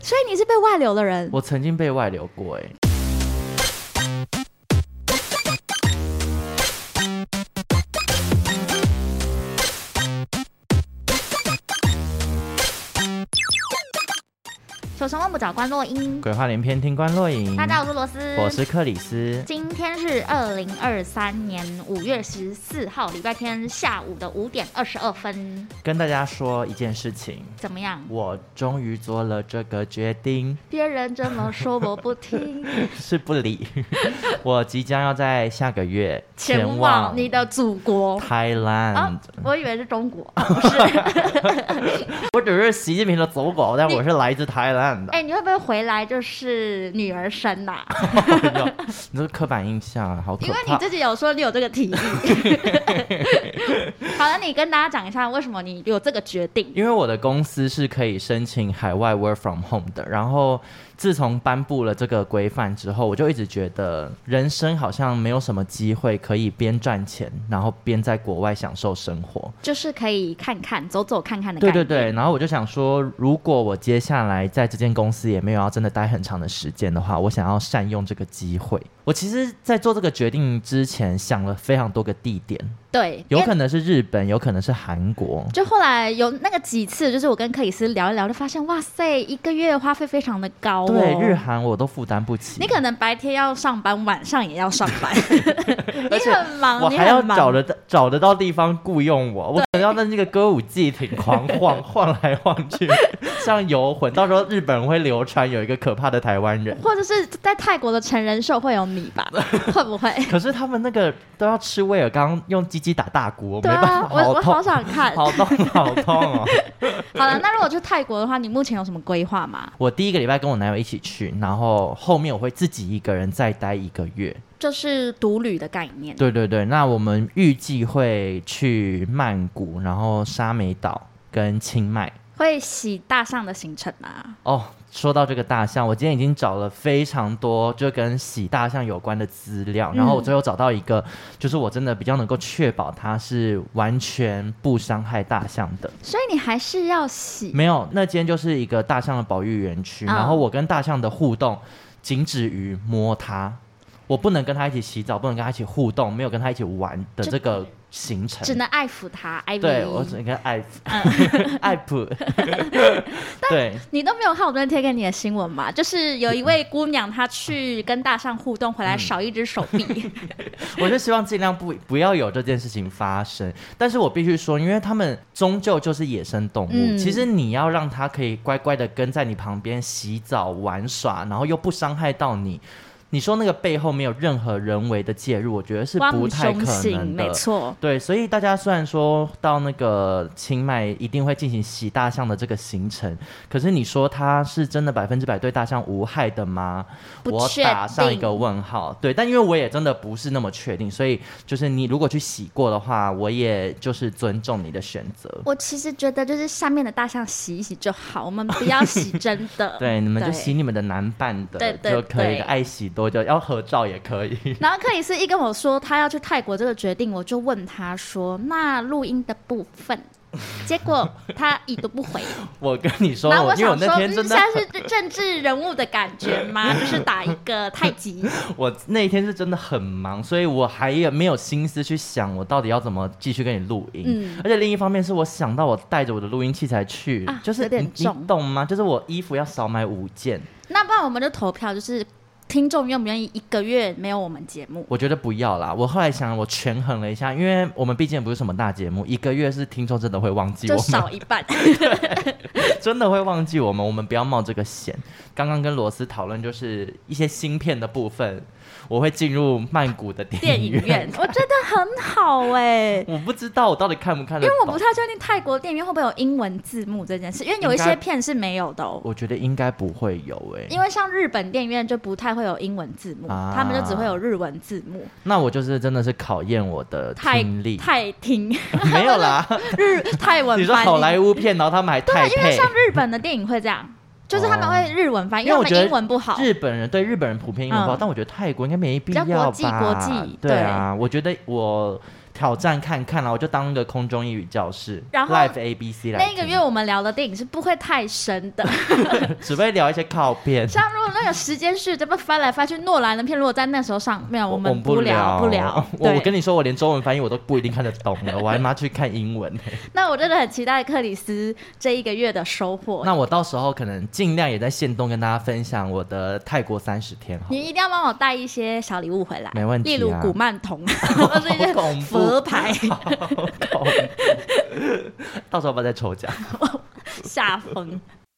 所以你是被外流的人？ 我曾经被外流过求生问不找关洛英， 鬼话连篇听关洛影。 大家好，我是罗斯， 我是克里斯。 今天是2023年5月14号，礼拜天下午的5点22分。 跟大家说一件事情， 怎么样？ 我终于做了这个决定。 别人这么说我不听， 是不理。我即将要在下个月前往你的祖国 Thailand。 我以为是中国，不是。 我只是习近平的祖国，但我是来自 Thailand。 你会不会回来就是女儿身呐？ 你这个刻板印象啊，好可怕。 因为你自己有说你有这个体力。好了，你跟大家讲一下为什么你有这个决定。 因为我的公司是可以申请海外 work from home 的，然后自从颁布了这个规范之后，我就一直觉得人生好像没有什么机会可以边赚钱，然后边在国外享受生活， 就是可以看看走走看看的感觉。 对对对，然后我就想说，如果我接下来在这间公司也没有要真的待很长的时间的话，我想要善用这个机会。我其实在做这个决定之前想了非常多个地点， 对， 有可能是日本，有可能是韩国。 就后来有那个几次，就是我跟克里斯聊一聊，就发现哇塞，一个月花费非常的高哦。 对，日韩我都负担不起。 你可能白天要上班，晚上也要上班，你很忙， 我还要找得到地方雇佣我，我可能要在那个歌舞伎町狂晃来晃去，像游魂。到时候日本人会流传有一个可怕的台湾人， 或者是在泰国的成人秀会有你吧？会不会？ 可是他们那个都要吃威尔刚，用鸡鸡打大鼓，我没对啊， 办法， 我好想看， 好痛好痛哦。 好了，那如果去泰国的话，你目前有什么规划吗？ 我第一个礼拜跟我男友一起去，然后后面我会自己一个人再待1个月， 就是独旅的概念。 对对对，那我们预计会去曼谷，然后沙美岛跟清迈。 会洗大象的行程吗？ 哦，说到这个大象，我今天已经找了非常多就跟洗大象有关的资料，然后我最后找到一个，就是我真的比较能够确保它是完全不伤害大象的。 所以你还是要洗？ 没有，那间就是一个大象的保育园区，然后我跟大象的互动仅止于摸它，我不能跟它一起洗澡，不能跟它一起互动，没有跟它一起玩的这个行程， 只能爱抚它。 对，我只能跟爱爱抚。对， 你都没有看我昨天贴给你的新闻吗？就是有一位姑娘，她去跟大象互动，回来少一只手臂。 我就希望尽量不要有这件事情发生。但是我必须说，因为他们终究就是野生动物，其实你要让它可以乖乖的跟在你旁边洗澡玩耍，然后又不伤害到你。你说那个背后没有任何人为的介入，我觉得是不太可能的。 没错， 对，所以大家虽然说到那个清迈一定会进行洗大象的这个行程，可是你说它是真的100%对大象无害的吗？我打上一个问号。对，但因为我也真的不是那么确定，所以就是你如果去洗过的话，我也就是尊重你的选择。 我其实觉得就是下面的大象洗一洗就好，我们不要洗真的。 对，你们就洗你们的男伴的， 对就可以的，爱洗多久要合照也可以。 然后克里斯一跟我说他要去泰国这个决定，我就问他说那录音的部分，结果他已读不回。 我跟你说，因为我那天真的现在是政治人物的感觉吗？就是打一个太极。 我那一天是真的很忙，所以我还没有心思去想我到底要怎么继续跟你录音。而且另一方面是我想到我带着我的录音器材去，就是你懂吗？就是我衣服要少买5件。 那不然我们就投票，就是听众愿不愿意1个月没有我们节目？ 我觉得不要啦。我后来想，我权衡了一下，因为我们毕竟也不是什么大节目，1个月是听众真的会忘记我们， 就少一半。 真的会忘记我们，我们不要冒这个险。刚刚跟罗斯讨论就是一些芯片的部分，我会进入曼谷的电影院， 我觉得很好哎。 我不知道我到底看不看得懂， 因为我不太确定泰国电影院会不会有英文字幕这件事，因为有一些片是没有的哦。 我觉得应该不会有哎， 因为像日本电影院就不太会有英文字幕，他们就只会有日文字幕。 那我就是真的是考验我的听力， 泰听没有啦， 泰文翻译。 你说好莱坞片，然后他们还泰配， 对，因为像日本的电影会这样。就是他们会日文翻译，因为我们英文不好。 日本人普遍英文不好，但我觉得泰国应该没必要吧。 比较国际。 对啊，我觉得我挑战看看啦，我就当个空中英语教室， 然后 Live ABC 来听。 那个月我们聊的电影是不会太深的， 只会聊一些靠片。 像如果那个时间序这么翻来翻去，诺兰的片如果在那时候上，没有，我们不聊。 我跟你说，我连中文翻译我都不一定看得懂了，我还妈去看英文。 那我真的很期待克里斯这一个月的收获。 那我到时候可能尽量也在限动跟大家分享我的泰国30天。 你一定要帮我带一些小礼物回来， 没问题、啊。 例如古曼童，或是一些佛牌。 到时候我们再抽奖。 下风。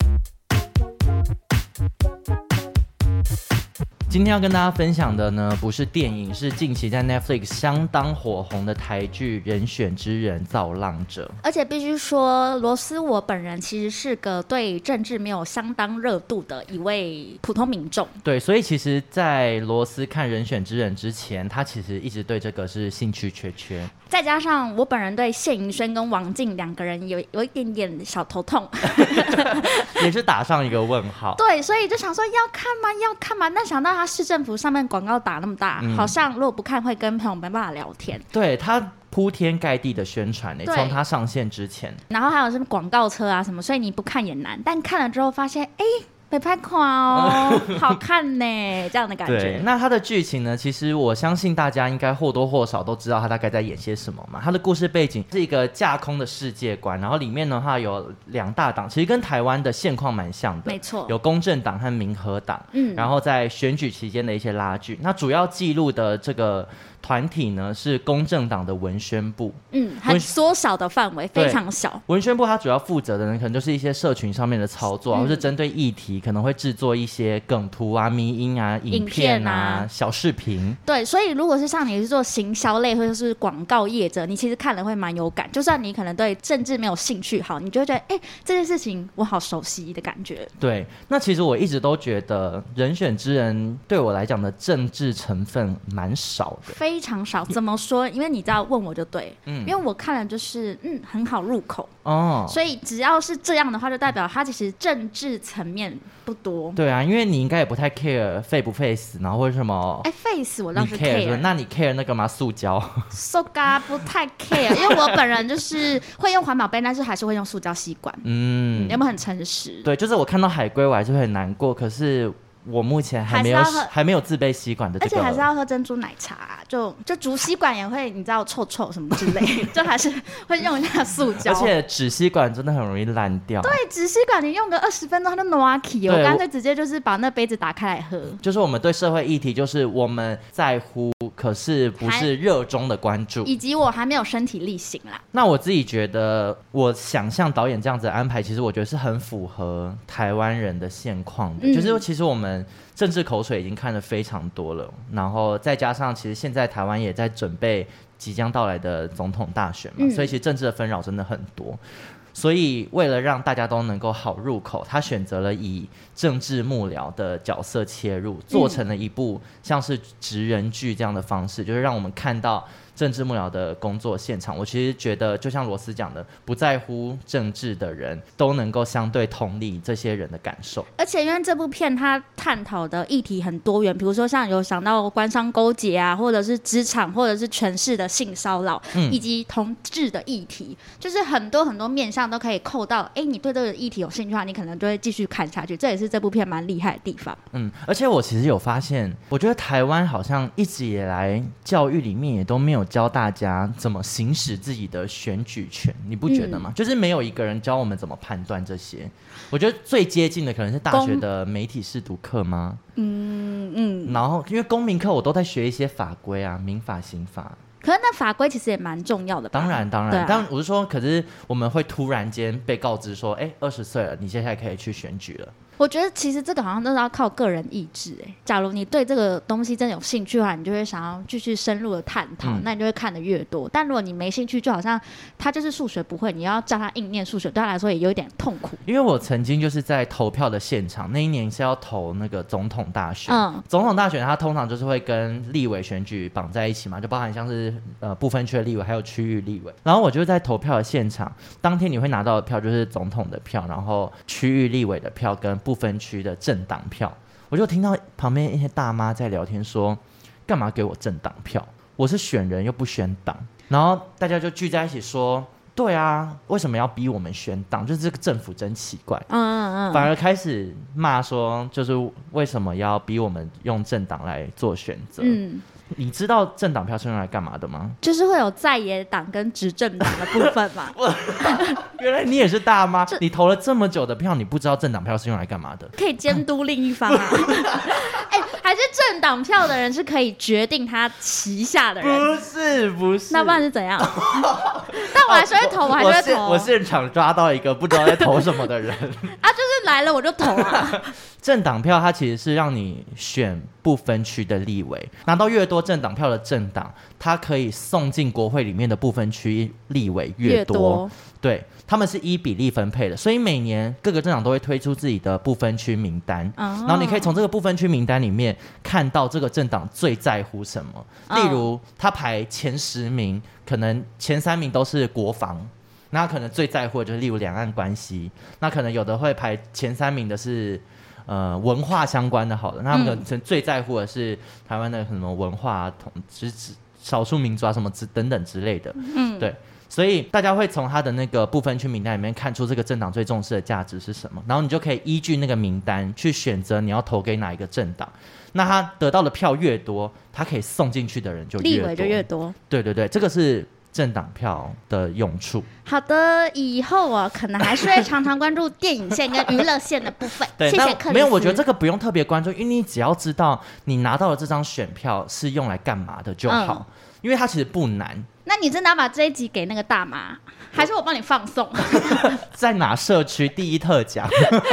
今天要跟大家分享的呢，不是电影，是近期在 Netflix 相当火红的台剧《人选之人造浪者》。 而且必须说，罗斯我本人其实是个对政治没有相当热度的一位普通民众。 对，所以其实在罗斯看《人选之人》之前，他其实一直对这个是兴趣缺缺。 再加上我本人对谢盈萱跟王静两个人有一点点小头痛， 也是打上一个问号。 对，所以就想说要看吗？但想到他市政府上面广告打那么大，好像如果不看会跟朋友没办法聊天。 对，他铺天盖地的宣传呢，从他上线之前， 然后还有什么广告车啊什么，所以你不看也难。但看了之后发现，被拍垮哦，好看呢，这样的感觉。 对，那它的剧情呢？其实我相信大家应该或多或少都知道他大概在演些什么嘛。它的故事背景是一个架空的世界观，然后里面的话有2大党，其实跟台湾的现况蛮像的， 没错， 有公正党和民和党，然后在选举期间的一些拉锯。那主要记录的这个团体呢是公正党的文宣部， 很缩小的范围，非常小。 文宣部它主要负责的呢，可能就是一些社群上面的操作，或是针对议题可能会制作一些梗图啊、迷因啊、影片啊、小视频。 对，所以如果是像你是做行销类或者是广告业者，你其实看了会蛮有感。就算你可能对政治没有兴趣，好，你就会觉得这件事情我好熟悉的感觉。 对，那其实我一直都觉得人选之人对我来讲的政治成分蛮少的， 非常少。怎么说？因为你知道问我就对，因为我看了就是很好入口哦，所以只要是这样的话，就代表它其实政治层面不多。 对啊，因为你应该也不太 care 废不废死，然后或者什么废死我倒是 care。 那你 care 那个吗？塑胶塑胶不太 care， 因为我本人就是会用环保杯，但是还是会用塑胶吸管。有没有很诚实？ 对，就是我看到海龟我还是会很难过，可是我目前还没有自备吸管的这个， 而且还是要喝珍珠奶茶，就竹吸管也会你知道臭臭什么之类，就还是会用一下塑胶。 而且纸吸管真的很容易烂掉。 对，纸吸管你用个20分钟它就挪起，我干脆直接就是把那杯子打开来喝。 就是我们对社会议题，就是我们在乎，可是不是热衷的关注， 以及我还没有身体力行啦。 那我自己觉得，我想象导演这样子的安排，其实我觉得是很符合台湾人的现况的。就是其实我们政治口水已经看得非常多了，然后再加上其实现在台湾也在准备即将到来的总统大选嘛，所以其实政治的纷扰真的很多。所以为了让大家都能够好入口，他选择了以政治幕僚的角色切入，做成了一部像是职人剧这样的方式，就是让我们看到政治幕僚的工作现场。我其实觉得就像罗斯讲的，不在乎政治的人都能够相对同理这些人的感受。 而且因为这部片它探讨的议题很多元，比如说像有想到官商勾结啊，或者是职场或者是权势的性骚扰，以及同志的议题，就是很多很多面向都可以扣到你对这个议题有兴趣的话，你可能就会继续看下去。这也是这部片蛮厉害的地方。 而且我其实有发现，我觉得台湾好像一直以来教育里面也都没有教大家怎么行使自己的选举权，你不觉得吗？就是没有一个人教我们怎么判断这些。我觉得最接近的可能是大学的媒体识读课吗？然后因为公民课我都在学一些法规啊，民法、刑法。 可是那法规其实也蛮重要的吧？ 当然，但我是说，可是我们会突然间被告知说，20岁了，你接下来可以去选举了。 我觉得其实这个好像都是要靠个人意志。假如你对这个东西真的有兴趣的话，你就会想要继续深入的探讨，那你就会看得越多。但如果你没兴趣，就好像他就是数学不会，你要叫他硬念数学，对他来说也有一点痛苦。 因为我曾经就是在投票的现场，那一年是要投那个总统大选。总统大选它通常就是会跟立委选举绑在一起嘛，就包含像是不分区的立委还有区域立委。然后我就在投票的现场，当天你会拿到的票就是总统的票，然后区域立委的票跟不分区的政党票。我就听到旁边一些大妈在聊天说，干嘛给我政党票？我是选人又不选党。 然后大家就聚在一起说，对啊，为什么要逼我们选党？就是这个政府真奇怪。反而开始骂说，就是为什么要逼我们用政党来做选择？你知道政党票是用来干嘛的吗？ 就是会有在野党跟执政党的部分嘛。 原来你也是大妈，你投了这么久的票，你不知道政党票是用来干嘛的？ 可以监督另一方啊。还是政党票的人是可以决定他旗下的人？ 不是， 那不然是怎样？但我还是会投，我还是会投。 我现场抓到一个不知道在投什么的人啊，就是来了我就投啊。 政党票它其实是让你选不分区的立委，拿到越多政党票的政党，它可以送进国会里面的不分区立委越多。对，他们是依比例分配的，所以每年各个政党都会推出自己的不分区名单，然后你可以从这个不分区名单里面看到这个政党最在乎什么。例如他排前10名，可能前3名都是国防，那可能最在乎的就是例如两岸关系，那可能有的会排前3名的是文化相关的，好的，那他们可能最在乎的是台湾的什么文化少数民族啊什么等等之类的。对，所以大家会从他的那个不分区名单里面看出这个政党最重视的价值是什么，然后你就可以依据那个名单去选择你要投给哪一个政党。那他得到的票越多，他可以送进去的人就越多， 立委就越多。 对对对，这个是政党票的用处。 好的，以后我可能还是会常常关注电影线跟娱乐线的部分。 对， 谢谢克里斯。 没有，我觉得这个不用特别关注，因为你只要知道你拿到的这张选票是用来干嘛的就好，因为它其实不难。 那你真的要把这一集给那个大妈，还是我帮你放送？ 在哪社区第一特奖？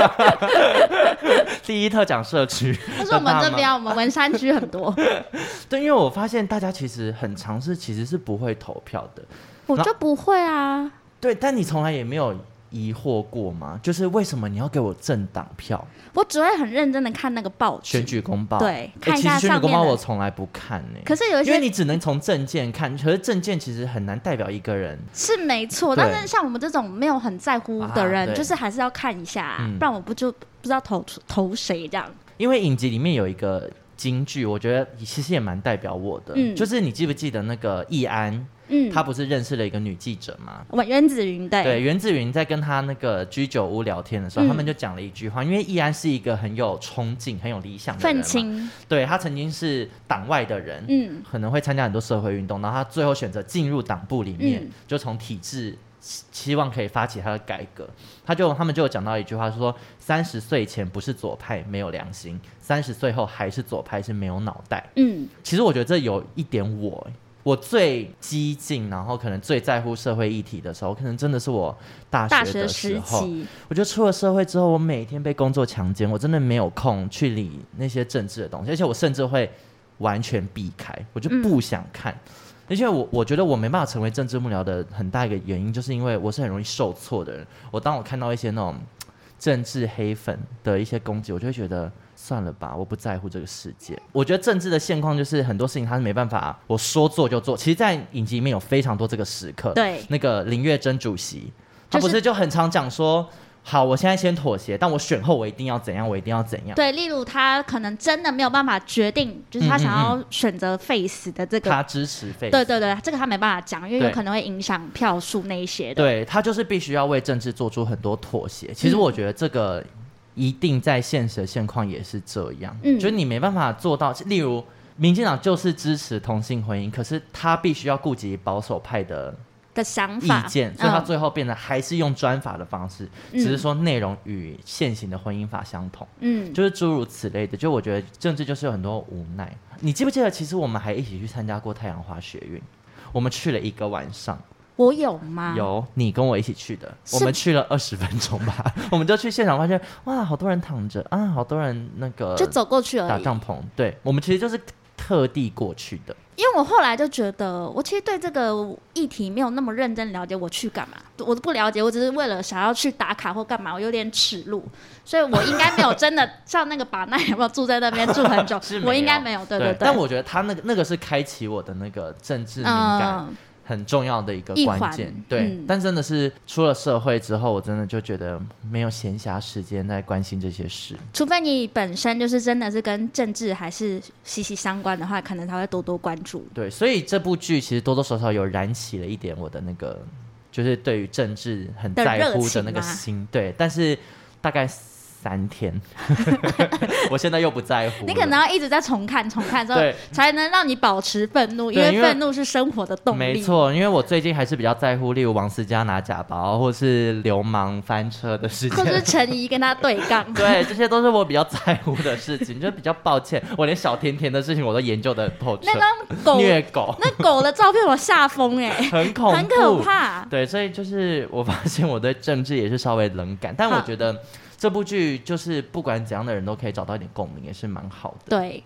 第一特奖社区。 但是我们这边，我们文山区很多。 对，因为我发现大家其实很常是其实是不会投票的。 我就不会啊。对， 但你从来也没有疑惑过吗？就是为什么你要给我政党票？ 我只会很认真的看那个报纸选举公报， 对，看一下其实选举公报上面的。 我从来不看呢、 可是有一些因为你只能从政见看，可是政见其实很难代表一个人。 是没错， 对但是像我们这种没有很在乎的人， 对就是还是要看一下，不然我不知道投谁这样。 因为影集里面有一个金句，我觉得其实也蛮代表我的，就是你记不记得那个易安？他不是认识了一个女记者吗？ 我们袁子云对，袁子云在跟他那个居酒屋聊天的时候，他们就讲了一句话，因为易安是一个很有冲劲、很有理想的人嘛， 愤青， 对，他曾经是党外的人，可能会参加很多社会运动，然后他最后选择进入党部里面，就从体制希望可以发起他的改革。他们就有讲到一句话，说30岁前不是左派没有良心，30岁后还是左派是没有脑袋。其实我觉得这有一点我最激进，然后可能最在乎社会议题的时候，可能真的是我大学的时候。我觉得出了社会之后，我每天被工作强奸，我真的没有空去理那些政治的东西，而且我甚至会完全避开，我就不想看。而且我觉得我没办法成为政治幕僚的很大一个原因，就是因为我是很容易受挫的人。当我看到一些那种政治黑粉的一些攻击，我就会觉得算了吧，我不在乎这个世界。我觉得政治的现况就是很多事情它是没办法我说做就做。其实在影集里面有非常多这个时刻， 对，那个林月珍主席他不是就很常讲说，好，我现在先妥协，但我选后我一定要怎样，我一定要怎样。 对，例如他可能真的没有办法决定，就是他想要选择face的这个， 他支持face。 对对对，这个他没办法讲，因为有可能会影响票数那一些的。 对，他就是必须要为政治做出很多妥协。其实我觉得这个一定在现实的现况也是这样，就是你没办法做到。例如民进党就是支持同性婚姻，可是他必须要顾及保守派的想法意见，所以他最后变得还是用专法的方式，只是说内容与现行的婚姻法相同，就是诸如此类的。就我觉得政治就是有很多无奈。你记不记得，其实我们还一起去参加过太阳花学运，我们去了1个晚上。 我有吗？ 有，你跟我一起去的，我们去了20分钟吧。我们就去现场发现，哇，好多人躺着啊，好多人那个就走过去而已， 打帐篷。对，我们其实就是特地过去的。 因为我后来就觉得，我其实对这个议题没有那么认真了解，我去干嘛？我都不了解，我只是为了想要去打卡或干嘛，我有点耻辱，所以我应该没有真的像那个把奈有没有住在那边住很久，我应该没有，对对对。 但我觉得他那个是开启我的那个政治敏感。 很重要的一个关键，对、但真的是出了社会之后，我真的就觉得没有闲暇时间在关心这些事， 除非你本身就是真的是跟政治还是息息相关的话，可能才会多多关注。 对，所以这部剧其实多多少少有燃起了一点我的那个就是对于政治很在乎的那个心，对，但是大概3天我现在又不在乎了， 你可能要一直在重看之后才能让你保持愤怒，因为愤怒是生活的动力。 没错，因为我最近还是比较在乎例如王思佳拿假包或是流氓翻车的事情， 或是陈怡跟他对杠对，这些都是我比较在乎的事情，就比较抱歉我连小甜甜的事情我都研究的很透彻。 那张狗虐狗， 那狗的照片我吓疯很恐怖， 很可怕。 对，所以就是我发现我对政治也是稍微冷感，但我觉得这部剧就是不管怎样的人都可以找到一点共鸣，也是蛮好的。 对，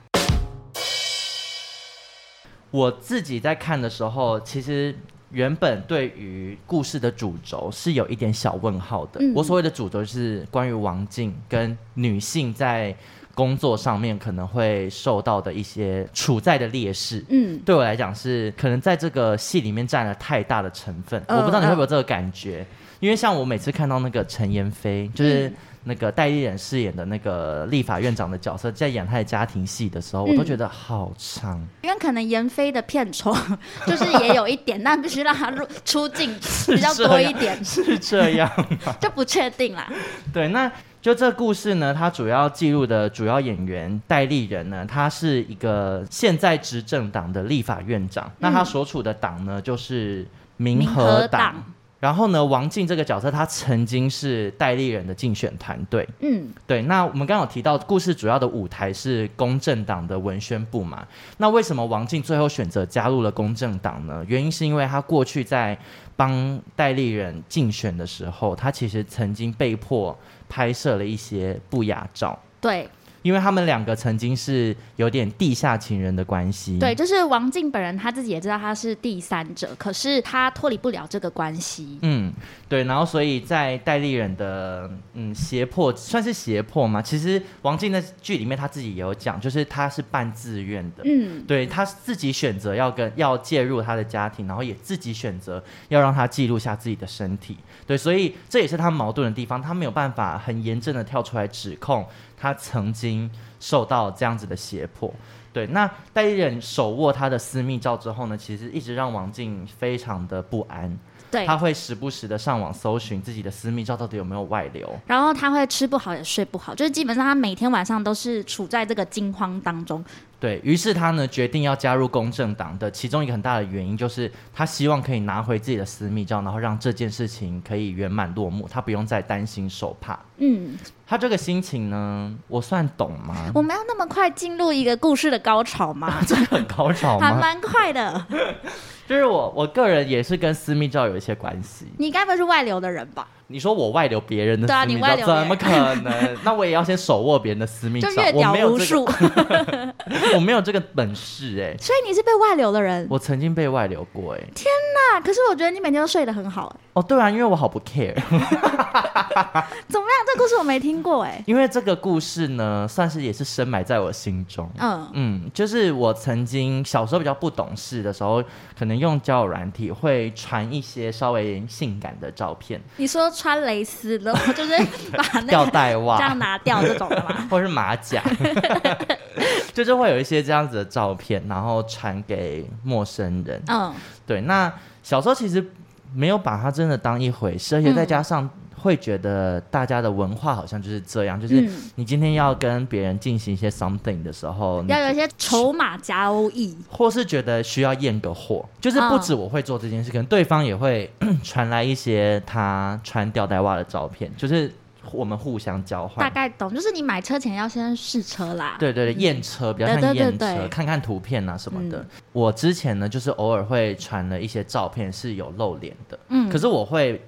我自己在看的时候，其实原本对于故事的主轴是有一点小问号的。我所谓的主轴是关于王静跟女性在工作上面可能会受到的一些处在的劣势，对我来讲是可能在这个戏里面占了太大的成分。我不知道你会不会有这个感觉，因为像我每次看到那个陈妍霏，就是那个戴立忍饰演的那个立法院长的角色，在演他的家庭戏的时候，我都觉得好长。 因为可能妍霏的片酬就是也有一点，但必须让他出镜比较多一点， 是这样吗？ 就不确定啦。 对，那就这故事呢，它主要记录的主要演员戴立忍呢，他是一个现在执政党的立法院长，那他所处的党呢就是民和党。然后呢，王静这个角色，他曾经是戴立忍的竞选团队。对。那我们刚刚有提到，故事主要的舞台是公正党的文宣部嘛。那为什么王静最后选择加入了公正党呢？原因是因为他过去在帮戴立忍竞选的时候，他其实曾经被迫拍摄了一些不雅照。 对。 因为他们两个曾经是有点地下情人的关系。 对，就是王静本人他自己也知道他是第三者，可是他脱离不了这个关系。 对，然后所以在戴立忍的胁迫，算是胁迫嘛。其实王静在剧里面他自己也有讲，就是他是半自愿的。对，他自己选择要介入他的家庭，然后也自己选择要让他记录下自己的身体。对，所以这也是他矛盾的地方，他没有办法很严正的跳出来指控他曾经受到这样子的胁迫。对，那戴立忍手握他的私密照之后呢，其实一直让王静非常的不安。对，他会时不时的上网搜寻自己的私密照到底有没有外流， 然后他会吃不好也睡不好，就是基本上他每天晚上都是处在这个惊慌当中。 对，于是他呢决定要加入公正党的其中一个很大的原因就是他希望可以拿回自己的私密照，然后让这件事情可以圆满落幕，他不用再担心受怕。他这个心情呢，我算懂吗？ 我们要那么快进入一个故事的高潮吗？ 这很高潮吗？ 还蛮快的。 就是我个人也是跟私密照有一些关系。 你该不会是外流的人吧？ 你说我外流别人的私密照， 对啊，你外流怎么可能？那我也要先手握别人的私密照， 就越屌无数。 我没有这个本事所以你是被外流的人？ 我曾经被外流过天哪！可是我觉得你每天都睡得很好对啊，因为我好不 care。 怎么样？这故事我没听过因为这个故事呢，算是也是深埋在我心中。就是我曾经小时候比较不懂事的时候，可能用交友软体会传一些稍微性感的照片。 你说穿蕾丝的，就是把那个吊带袜这样拿掉这种的吗？ 或是马甲。就是会有一些这样子的照片，然后传给陌生人。对，那小时候其实没有把它真的当一回事，而且再加上会觉得大家的文化好像就是这样，就是你今天要跟别人进行一些 something 的时候， 要有一些筹码交易， 或是觉得需要验个货，就是不止我会做这件事，可能对方也会传来一些他穿吊带袜的照片，就是我们互相交换。 大概懂，就是你买车前要先试车啦。 对对对，验车比较像验车，看看图片啊什么的。我之前呢，就是偶尔会传了一些照片是有露脸的，可是我会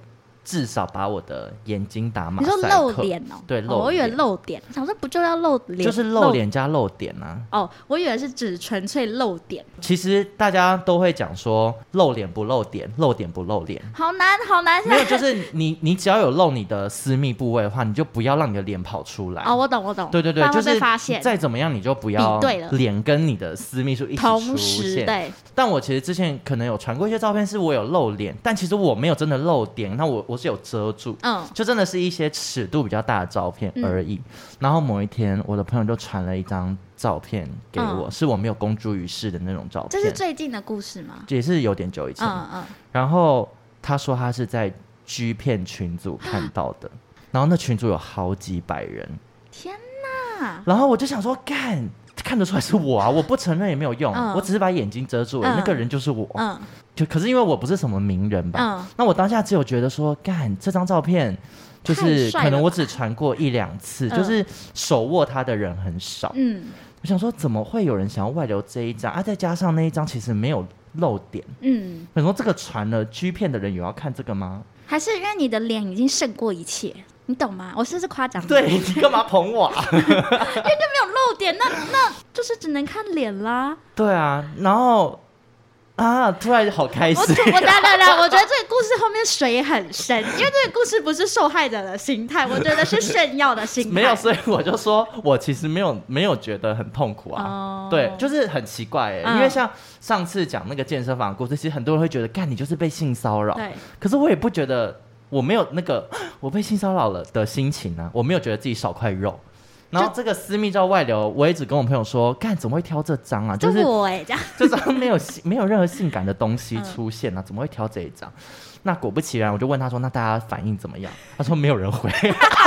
至少把我的眼睛打马赛克。 你说露脸哦？ 对，露脸。 我以为露点，想说不就要露脸？ 就是露脸加露点啊。 哦，我以为是指纯粹露点。 其实大家都会讲说露脸不露点，露点不露脸。 好难，好难。 没有，就是你只要有露你的私密部位的话，你就不要让你的脸跑出来。 哦，我懂。 对对对，就是发现再怎么样你就不要脸跟你的私密处一起出现。 同时，对。 但我其实之前可能有传过一些照片，是我有露脸，但其实我没有真的露点，那我是有遮住，就真的是一些尺度比较大的照片而已。然后某一天，我的朋友就传了一张照片给我，是我没有公诸于世的那种照片。 这是最近的故事吗？ 也是有点久以前。然后他说他是在 G 片群组看到的，然后那群组有好几百人。 天哪！ 然后我就想说，看得出来是我啊，我不承认也没有用，我只是把眼睛遮住了，那个人就是我。可是因为我不是什么名人吧，那我当下只有觉得说，这张照片就是可能我只传过1-2次，就是手握它的人很少。我想说怎么会有人想要外流这一张啊？再加上那一张其实没有露点。我说这个传了 G 片的人有要看这个吗？ 还是因为你的脸已经胜过一切？你懂吗？我是夸奖你。 对，你干嘛捧我啊？因为就没有露点，那就是只能看脸啦。 对啊，然后突然好开心。我觉得这个故事后面水很深，因为这个故事不是受害者的心态，我觉得是炫耀的心态。 没有，所以我就说我其实没有觉得很痛苦啊。对，就是很奇怪因为像上次讲那个健身房的故事，其实很多人会觉得你就是被性骚扰，对，可是我也不觉得。我没有那个我被性骚扰了的心情啊，我没有觉得自己少块肉。然后这个私密照外流，我一直跟我朋友说，怎么会挑这张啊？就是我这样， 这张没有任何性感的东西出现啊，怎么会挑这一张？那果不其然，我就问他说，那大家反应怎么样？他说没有人回。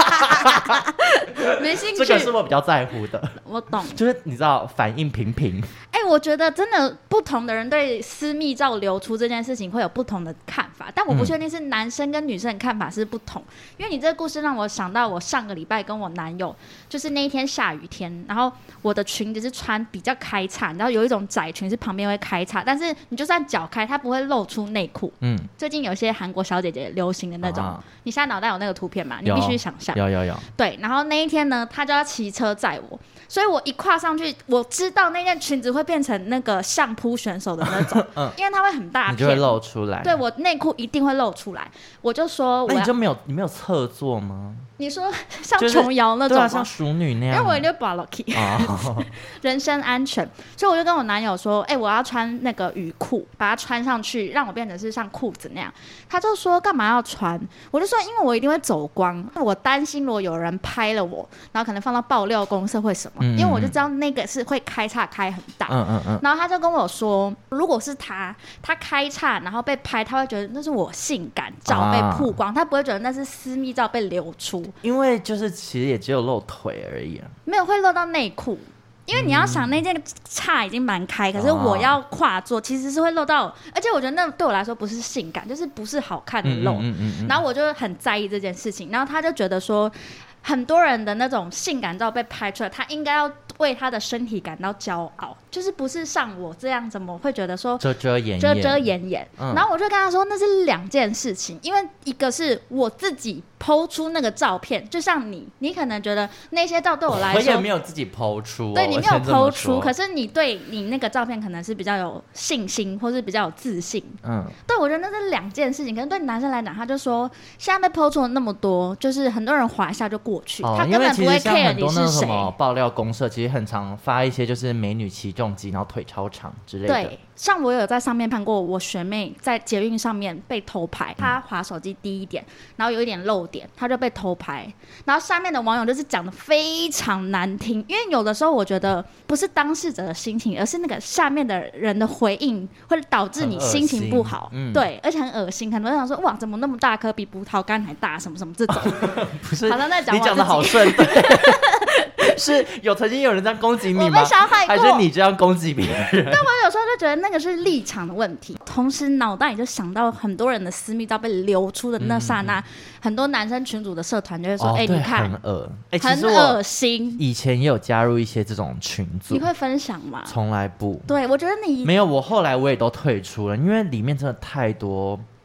没兴趣。 这个是我比较在乎的。 我懂， 就是你知道反应平平。 我觉得真的不同的人对私密照流出这件事情会有不同的看法，但我不确定是男生跟女生的看法是不同。因为你这个故事让我想到我上个礼拜跟我男友，就是那一天下雨天，然后我的裙子是穿比较开叉，你知道有一种窄裙是旁边会开叉，但是你就算脚开它不会露出内裤。最近有些韩国小姐姐流行的那种，你现在脑袋有那个图片吗？你必须想象。 有。 对，然后那一天呢，他就要骑车载我，所以我一跨上去，我知道那件裙子会变成那个相扑选手的那种，因为它会很大片， 你就会露出来。 对，我内裤一定会露出来，我就说那你没有侧坐吗？ 你说像琼瑶那种吗？ 对啊，像淑女那样。 因为我一定把 lucky 人身安全，所以我就跟我男友说，我要穿那个雨裤，把它穿上去，让我变成是像裤子那样。他就说干嘛要穿？我就说因为我一定会走光，我担心如果有人拍了我，然后可能放到爆料公社会什么，因为我就知道那个是会开叉开很大。然后他就跟我说，如果是他开叉然后被拍，他会觉得那是我性感照被曝光，他不会觉得那是私密照被流出。 因为就是其实也只有露腿而已没有会露到内裤。因为你要想那件叉已经蛮开，可是我要跨坐其实是会露到，而且我觉得那对我来说不是性感，就是不是好看的露。然后我就很在意这件事情，然后他就觉得说很多人的那种性感照被拍出来，他应该要为他的身体感到骄傲，就是不是像我这样怎么会觉得说遮遮掩掩。然后我就跟他说那是2件事情，因为一个是我自己PO 出那个照片，就像你可能觉得那些照对我来说， 我也没有自己PO 出， 对你没有PO 出，可是你对你那个照片可能是比较有信心，或是比较有自信。对，我觉得那是2件事情。可是对男生来讲，他就说现在被PO 出了那么多，就是很多人滑一下就过去，他根本不会 care 你是谁。 爆料公社其实很常发一些就是美女起重机，然后腿超长之类的。 对，像我有在上面看过我学妹在捷运上面被偷拍，她滑手机低一点，然后有一点漏点，她就被偷拍。然后下面的网友就是讲的非常难听，因为有的时候我觉得不是当事者的心情，而是那个下面的人的回应会导致你心情不好。对，而且很恶心，很多人想说哇，怎么那么大颗，比葡萄干还大，什么什么这种。 不是， 好像在讲你讲的好顺。是曾经有人这样攻击你吗？ 我被伤害过， 还是你这样攻击别人？ 但我有时候就觉得那个是立场的问题，同时脑袋里就想到很多人的私密照被流出的那刹那，很多男生群组的社团就会说：“你看， 很恶， 很恶心。” 以前也有加入一些这种群组， 你会分享吗？ 从来不。 对，我觉得你没有，我后来我也都退出了，因为里面真的太多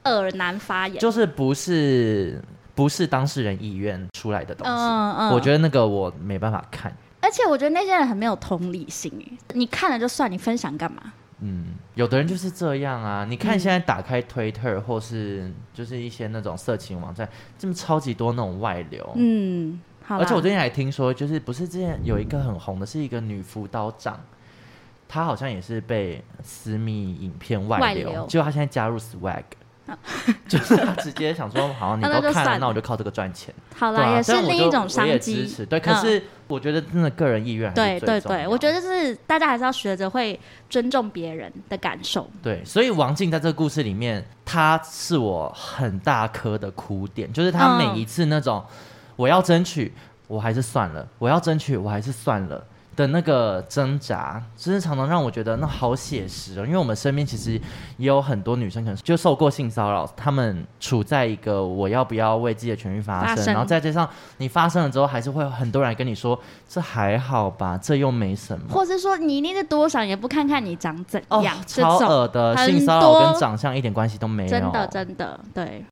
耳难发言， 就是不是当事人意愿出来的东西。我觉得那个我没办法看。 而且我觉得那些人很没有同理心，你看了就算，你分享干嘛？ 有的人就是这样啊。你看现在打开推特或是就是一些那种色情网站，这么超级多那种外流。而且我最近还听说，就是不是之前有一个很红的，是一个女辅导长，她好像也是被私密影片外流，结果她现在加入 Swag。就是他直接想说，好，你都看了，那我就靠这个赚钱。 好啦，也是另一种商机。 我也支持，对。可是我觉得真的个人意愿还是最重要。 对，我觉得就是大家还是要学着会尊重别人的感受。 对，所以王静在这个故事里面，他是我很大颗的哭点，就是他每一次那种我要争取，我还是算了；我要争取，我还是算了。的那个挣扎，就是常常让我觉得那好写实哦。因为我们身边其实也有很多女生可能就受过性骚扰，她们处在一个我要不要为自己的权益发声，然后再加上你发生了之后，还是会有很多人来跟你说这还好吧，这又没什么， 或是说你一定是多想也不看看你长怎样， 超恶的性骚扰跟长相一点关系都没有， 真的对。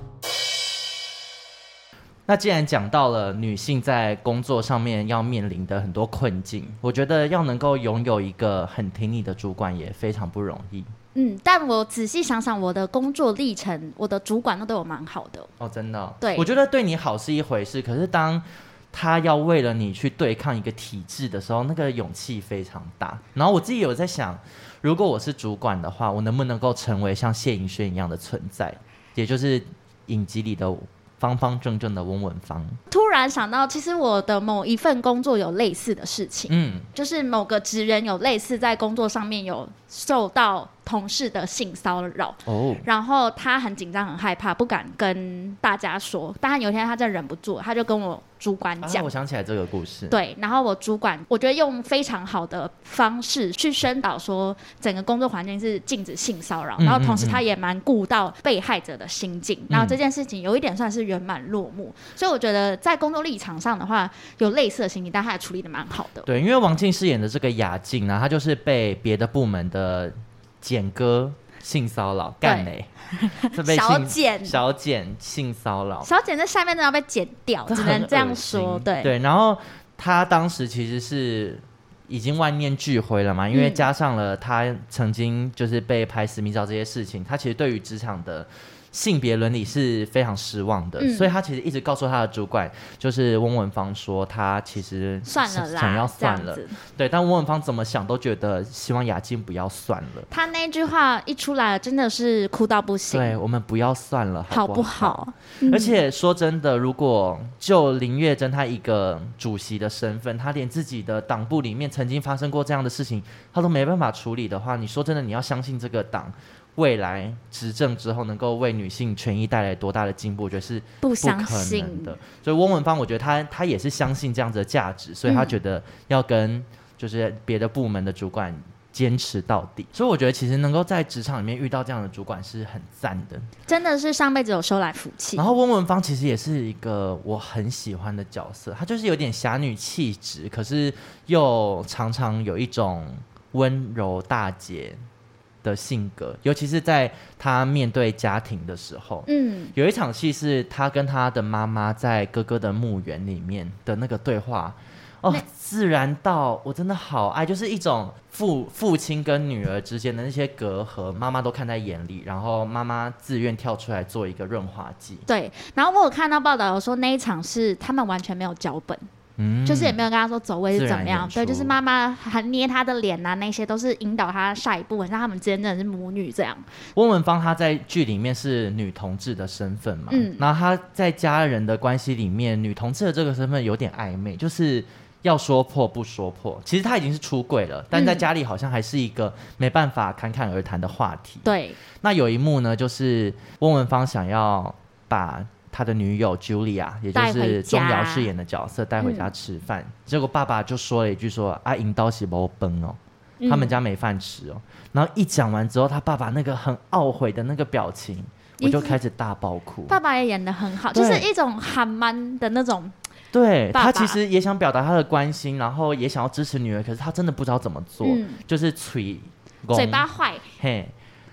那既然讲到了女性在工作上面要面临的很多困境，我觉得要能够拥有一个很挺你的主管也非常不容易。 但我仔细想想，我的工作历程，我的主管都对我蛮好的。 真的。 对， 我觉得对你好是一回事，可是当他要为了你去对抗一个体制的时候，那个勇气非常大。然后我自己有在想，如果我是主管的话，我能不能够成为像谢盈萱一样的存在，也就是影集里的方方正正的温文芳。 突然想到，其实我的某一份工作有类似的事情，就是某个职人有类似在工作上面有受到同事的性骚扰，然后他很紧张很害怕，不敢跟大家说，但有一天他真的忍不住，他就跟我主管讲， 我想起来这个故事。 对，然后我主管我觉得用非常好的方式去宣导说整个工作环境是禁止性骚扰，然后同时他也蛮顾到被害者的心境，然后这件事情有一点算是圆满落幕，所以我觉得在工作立场上的话有类似的心情，但他也处理的蛮好的。 对，因为王静饰演的这个雅静呢，她就是被别的部门的简哥性骚扰干嘞，小简性骚扰， 小简在下面真的要被剪掉，只能这样说。对， 然后他当时其实是已经万念俱灰了嘛，因为加上了他曾经就是被拍私密照这些事情，他其实对于职场的性别伦理是非常失望的，所以他其实一直告诉他的主管，就是温文芳说他其实算了啦， 想要算了，对，但温文芳怎么想都觉得希望雅静不要算了。 他那句话一出来，真的是哭到不行。 对，我们不要算了，好不好？ 嗯、 而且说真的，如果就林月珍他一个主席的身份，他连自己的党部里面曾经发生过这样的事情，他都没办法处理的话，你说真的，你要相信这个党未来执政之后能够为女性权益带来多大的进步，我觉得是不可能的。所以翁文芳我觉得他也是相信这样子的价值，所以他觉得要跟就是别的部门的主管坚持到底。所以我觉得其实能够在职场里面遇到这样的主管是很赞的， 真的是上辈子有收来福气。 然后翁文芳其实也是一个我很喜欢的角色，她就是有点侠女气质，可是又常常有一种温柔大姐的性格，尤其是在他面对家庭的时候，有一场戏是他跟他的妈妈在哥哥的墓园里面的那个对话，自然到我真的好爱，就是一种父亲跟女儿之间的那些隔阂，妈妈都看在眼里，然后妈妈自愿跳出来做一个润滑剂。 对，然后我有看到报道有说那一场是他们完全没有脚本。就是也没有跟他说走位是怎么样，对，就是妈妈还捏他的脸啊，那些都是引导他下一步，很像他们之间真的是母女这样。 翁文芳她在剧里面是女同志的身份嘛，然后她在家人的关系里面，女同志的这个身份有点暧昧，就是要说破不说破。其实她已经是出柜了，但在家里好像还是一个没办法侃侃而谈的话题。 对， 那有一幕呢，就是翁文芳想要把他的女友 Julia， 也就是钟瑶饰演的角色带回家吃饭，结果爸爸就说了一句说啊，引导是没崩哦，他们家没饭吃哦。然后一讲完之后，他爸爸那个很懊悔的那个表情，我就开始大爆哭。 爸爸也演得很好，就是一种喊蛮的那种。 对，他其实也想表达他的关心，然后也想要支持女儿，可是他真的不知道怎么做，就是嘴巴坏。 嘿，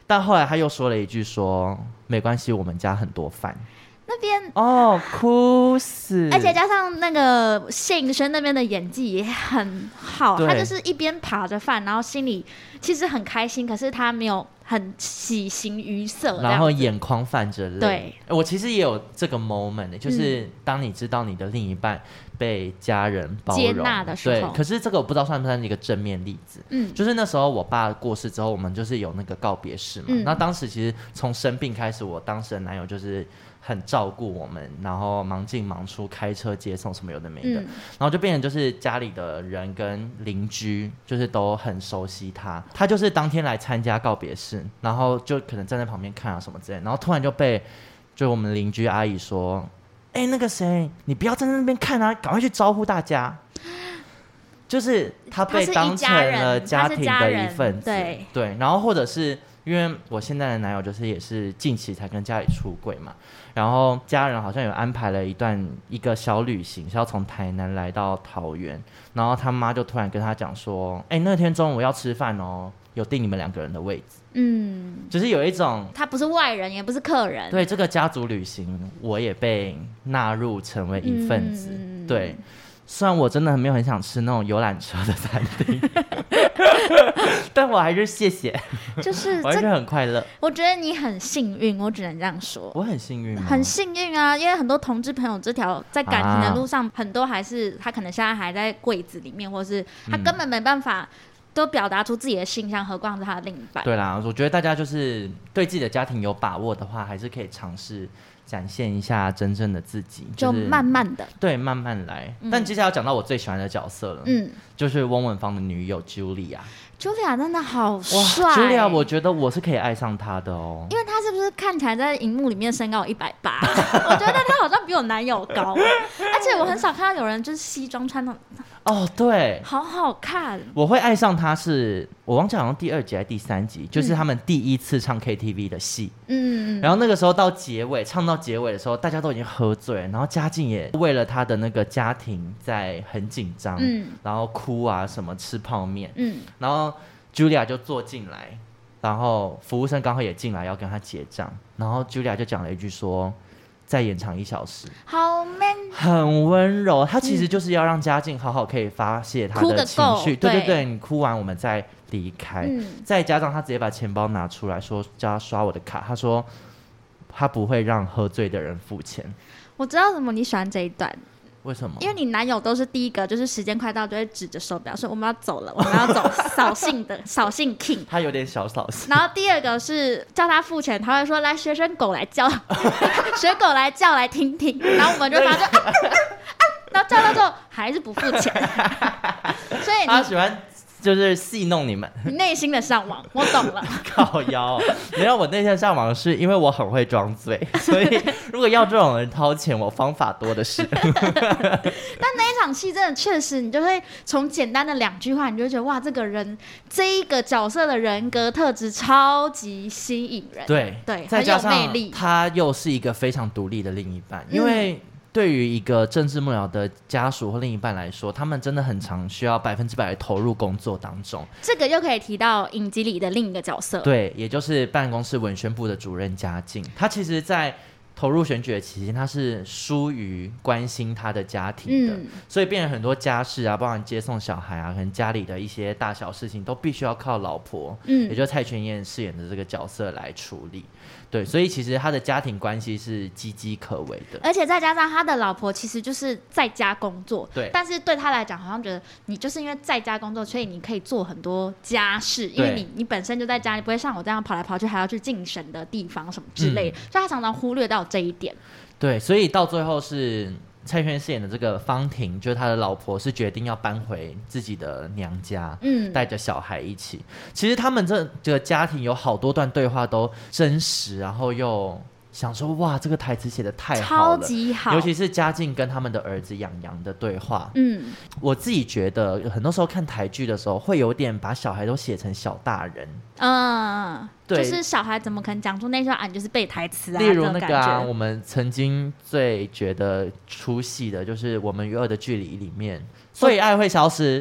但后来他又说了一句说没关系，我们家很多饭。 那边哭死！ 而且加上那个谢盈萱那边的演技也很好，他就是一边扒着饭，然后心里其实很开心，可是他没有很喜形于色， 然后眼眶泛着泪。 对， 我其实也有这个 moment， 就是当你知道你的另一半被家人包容接纳的时候， 对，可是这个我不知道算不算一个正面例子。就是那时候我爸过世之后，我们就是有那个告别式嘛。那当时其实从生病开始，我当时的男友就是很照顾我们，然后忙进忙出，开车接送什么有的没的，然后就变成就是家里的人跟邻居就是都很熟悉他。他就是当天来参加告别式，然后就可能站在旁边看啊什么之类的，然后突然就被就我们邻居阿姨说：“那个谁，你不要站在那边看啊，赶快去招呼大家。”就是他被当成了家庭的一份子，对，然后或者是因为我现在的男友就是也是近期才跟家里出柜嘛，然后家人好像有安排了一个小旅行，是要从台南来到桃园，然后他妈就突然跟他讲说：“那天中午要吃饭哦，有订你们2个人的位置。”就是有一种他不是外人也不是客人， 对，这个家族旅行我也被纳入成为一份子，对。虽然我真的没有很想吃那种游览车的餐厅但我还是谢谢，就是我还是很快乐。 我觉得你很幸运，我只能这样说。 我很幸运吗？ 很幸运啊，因为很多同志朋友这条在感情的路上，很多还是他可能现在还在柜子里面，或是他根本没办法都表达出自己的性向，何况是他的另一半。 对啦，我觉得大家就是对自己的家庭有把握的话，还是可以尝试展现一下真正的自己， 就慢慢的， 对，慢慢来。但接下来要讲到我最喜欢的角色了，就是翁文芳的女友 Julia。Julia 真的好帅 ，Julia 我觉得我是可以爱上她的哦， 因为她是不是看起来在荧幕里面身高有180？我觉得她好像比我男友高，而且我很少看到有人就是西装穿那种。 对， 好好看。 我会爱上他是我忘记好像第2集还是第3集，就是他们第一次唱 KTV 的戏。然后那个时候到结尾，唱到结尾的时候，大家都已经喝醉，然后嘉靖也为了他的那个家庭在很紧张，然后哭啊什么吃泡面，然后 Julia 就坐进来，然后服务生刚好也进来要跟他结账，然后 Julia 就讲了一句说：“再延长1小时。” 好 man， 很温柔。他其实就是要让嘉靖好好可以发泄他的情绪，对，你哭完我们再离开。再加上他直接把钱包拿出来说叫他刷我的卡，他说他不会让喝醉的人付钱。 我知道什么你喜欢这一段。 为什么？ 因为你男友都是第一个，就是时间快到就会指着手表说我们要走了，我们要走，扫兴 king。 他有点小扫兴。 然后第二个是叫他付钱，他会说来学生狗来叫，学狗来叫来听听，然后我们就发现然后叫到之后还是不付钱，所以他喜欢就是戏弄你们， 你内心的上网，我懂了。 靠腰，没有，我内心的上网是因为我很会装醉，所以如果要这种人掏钱，我方法多的是。 但那一场戏真的确实，你就会从简单的2句话，你就会觉得哇，这个人这一个角色的人格特质超级吸引人，对， 再加上很有魅力。 他又是一个非常独立的另一半，因为对于一个政治幕僚的家属或另一半来说，他们真的很常需要100%的投入工作当中。 这个又可以提到影集里的另一个角色， 对，也就是办公室文宣部的主任嘉靖。他其实在投入选举的期间，他是疏于关心他的家庭的，所以变成很多家事啊，包含接送小孩啊，可能家里的一些大小事情都必须要靠老婆，也就是蔡全燕饰演的这个角色来处理。对，所以其实他的家庭关系是岌岌可危的， 而且再加上他的老婆其实就是在家工作， 对， 但是对他来讲好像觉得你就是因为在家工作，所以你可以做很多家事，因为你本身就在家里，不会像我这样跑来跑去还要去竞选的地方什么之类的，所以他常常忽略到这一点。 对，所以到最后是蔡轩饰演的这个方婷，就是他的老婆，是决定要搬回自己的娘家，带着小孩一起。其实他们这个家庭有好多段对话都真实，然后又想说哇，这个台词写得太好了， 超级好， 尤其是嘉靖跟他们的儿子养羊的对话。我自己觉得很多时候看台剧的时候，会有点把小孩都写成小大人。对， 就是小孩怎么可能讲出那句话你就是背台词啊？ 例如那个啊，我们曾经最觉得出戏的就是《我们与恶的距离》里面，所以爱会消失。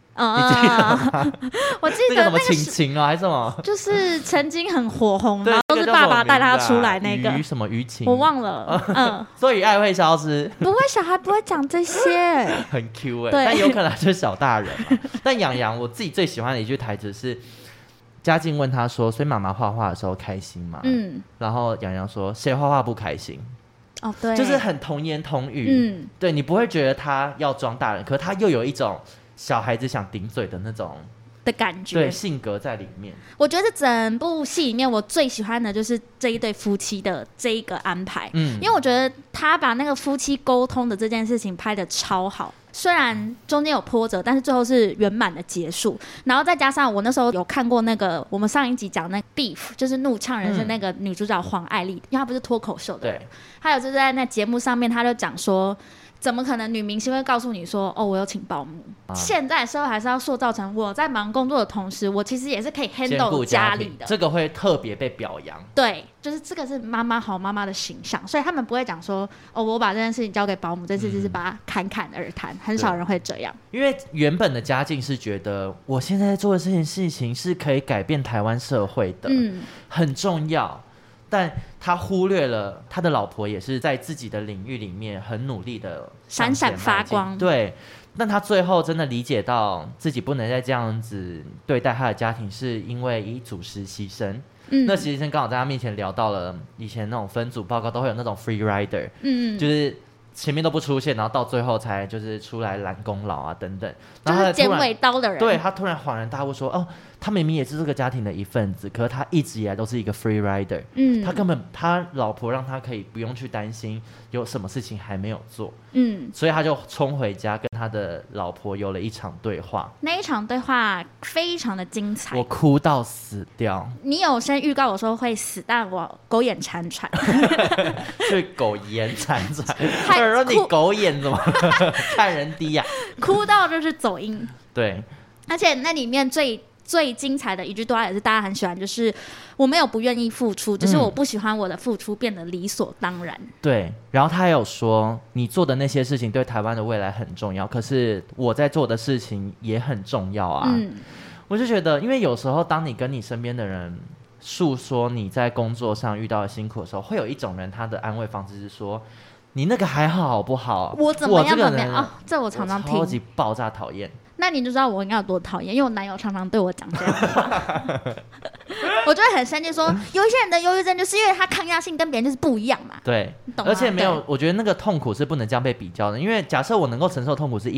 我记得那个什么晴晴啊，还是什么， 就是曾经很火红，然后都是爸爸带他出来那个鱼什么鱼晴， 我忘了。 所以爱会消失， 不会，小孩不会讲这些， 很 Q 但有可能就是小大人嘛。但洋洋，我自己最喜欢的一句台词是，嘉靖问他说：“所以妈妈画画的时候开心吗？”然后洋洋说：“谁画画不开心？” 哦，对， 就是很童言童语。对，你不会觉得他要装大人，可是他又有一种小孩子想顶嘴的那种的感觉， 对，性格在里面。 我觉得整部戏里面我最喜欢的就是这一对夫妻的这一个安排，因为我觉得他把那个夫妻沟通的这件事情拍得超好。虽然中间有波折，但是最后是圆满的结束。然后再加上我那时候有看过那个我们上一集讲那个 Beef， 就是怒呛人生那个女主角黄爱丽，因为她不是脱口秀的人，还有就是在那节目上面，她就讲说，怎么可能女明星会告诉你说，哦，我有请保姆？现在社会还是要塑造成我在忙工作的同时，我其实也是可以 handle 家里的， 这个会特别被表扬。 对，就是这个是妈妈好妈妈的形象，所以他们不会讲说，哦，我把这件事情交给保姆，这次就是把它侃侃而谈，很少人会这样。 因为原本的嘉靖是觉得，我现在在做的这件事情是可以改变台湾社会的，很重要。但他忽略了他的老婆也是在自己的领域里面很努力的闪闪发光。 对，但他最后真的理解到自己不能再这样子对待他的家庭，是因为以主食牺牲。那实习生刚好在他面前聊到了以前那种分组报告都会有那种 free rider，就是前面都不出现，然后到最后才就是出来揽功劳啊等等， 就是剪尾刀的人。 对，他突然恍然大悟说，哦，他明明也是这个家庭的一份子，可是他一直以来都是一个 free rider。他根本他老婆让他可以不用去担心有什么事情还没有做。所以他就冲回家跟他的老婆有了一场对话。 那一场对话非常的精彩， 我哭到死掉。 你有先预告我说会死，但我狗眼馋馋。 对，狗眼馋馋。我说你狗眼怎么看人低呀？ 哭到就是走音。 对， 而且那里面最精彩的一句对话也是大家很喜欢，就是我没有不愿意付出，只是我不喜欢我的付出变得理所当然。 对，然后他还有说，你做的那些事情对台湾的未来很重要，可是我在做的事情也很重要啊。我就觉得，因为有时候当你跟你身边的人诉说你在工作上遇到的辛苦的时候，会有一种人他的安慰方式是说，你那个还好不好？ 我怎么样怎么样？哦，这我常常听， 超级爆炸讨厌。 那你就知道我应该有多讨厌，因为我男友常常对我讲这样的话，我就会很生气说，有一些人的忧郁症就是因为他抗压性跟别人就是不一样嘛。 对， 你懂吗？ 而且没有，我觉得那个痛苦是不能这样被比较的，因为假设我能够承受痛苦是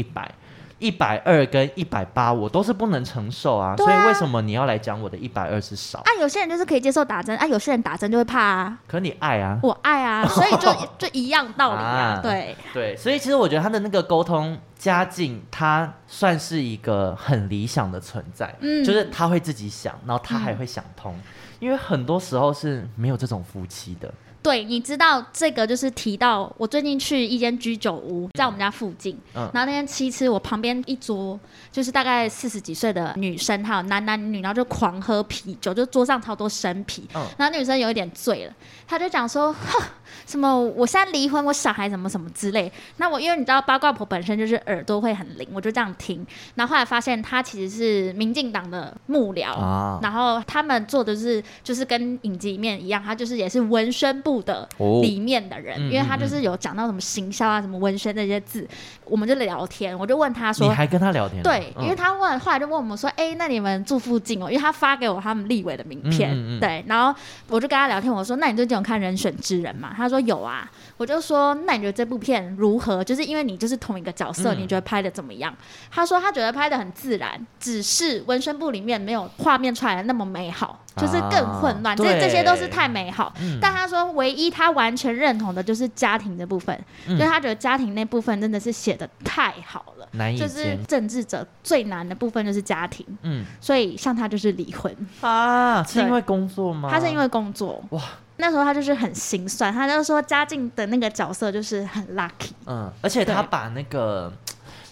100，120跟180我都是不能承受啊，所以为什么你要来讲我的120是少啊？有些人就是可以接受打针啊，有些人打针就会怕啊。 可你爱啊， 我爱啊，所以就一样道理啊。 对，所以其实我觉得他的那个沟通，嘉靖他算是一个很理想的存在，就是他会自己想，然后他还会想通，因为很多时候是没有这种夫妻的。 对，你知道这个就是提到我最近去一间居酒屋，在我们家附近，然后那天吃我旁边一桌就是大概40几岁的女生，还有男女，然后就狂喝啤酒，就桌上超多生啤，然后女生有一点醉了，她就讲说，什么我现在离婚，我小孩什么什么之类。那我因为你知道八卦婆本身就是耳朵会很灵，我就这样听，然后后来发现她其实是民进党的幕僚，然后他们做的就是跟影集里面一样，他就是也是文宣部的里面的人，因为他就是有讲到什么行销啊、什么文宣那些字，我们就聊天，我就问他说， 你还跟他聊天？ 对，因为他后来就问我们说，那你们住附近哦？因为他发给我他们立委的名片，对，然后我就跟他聊天，我说，那你最近有看《人选之人》吗？他说有啊，我就说，那你觉得这部片如何？就是因为你就是同一个角色，你觉得拍的怎么样？他说他觉得拍的很自然，只是文宣部里面没有画面出来的那么美好，就是更混乱，这些都是太美好。但他说唯一他完全认同的就是家庭这部分，因为他觉得家庭那部分真的是写的太好了， 难以兼就是政治者最难的部分就是家庭，所以像他就是离婚啊，是因为工作吗？ 他是因为工作，哇。那时候他就是很心酸，他就说嘉靖的那个角色就是很 lucky， 而且他把那个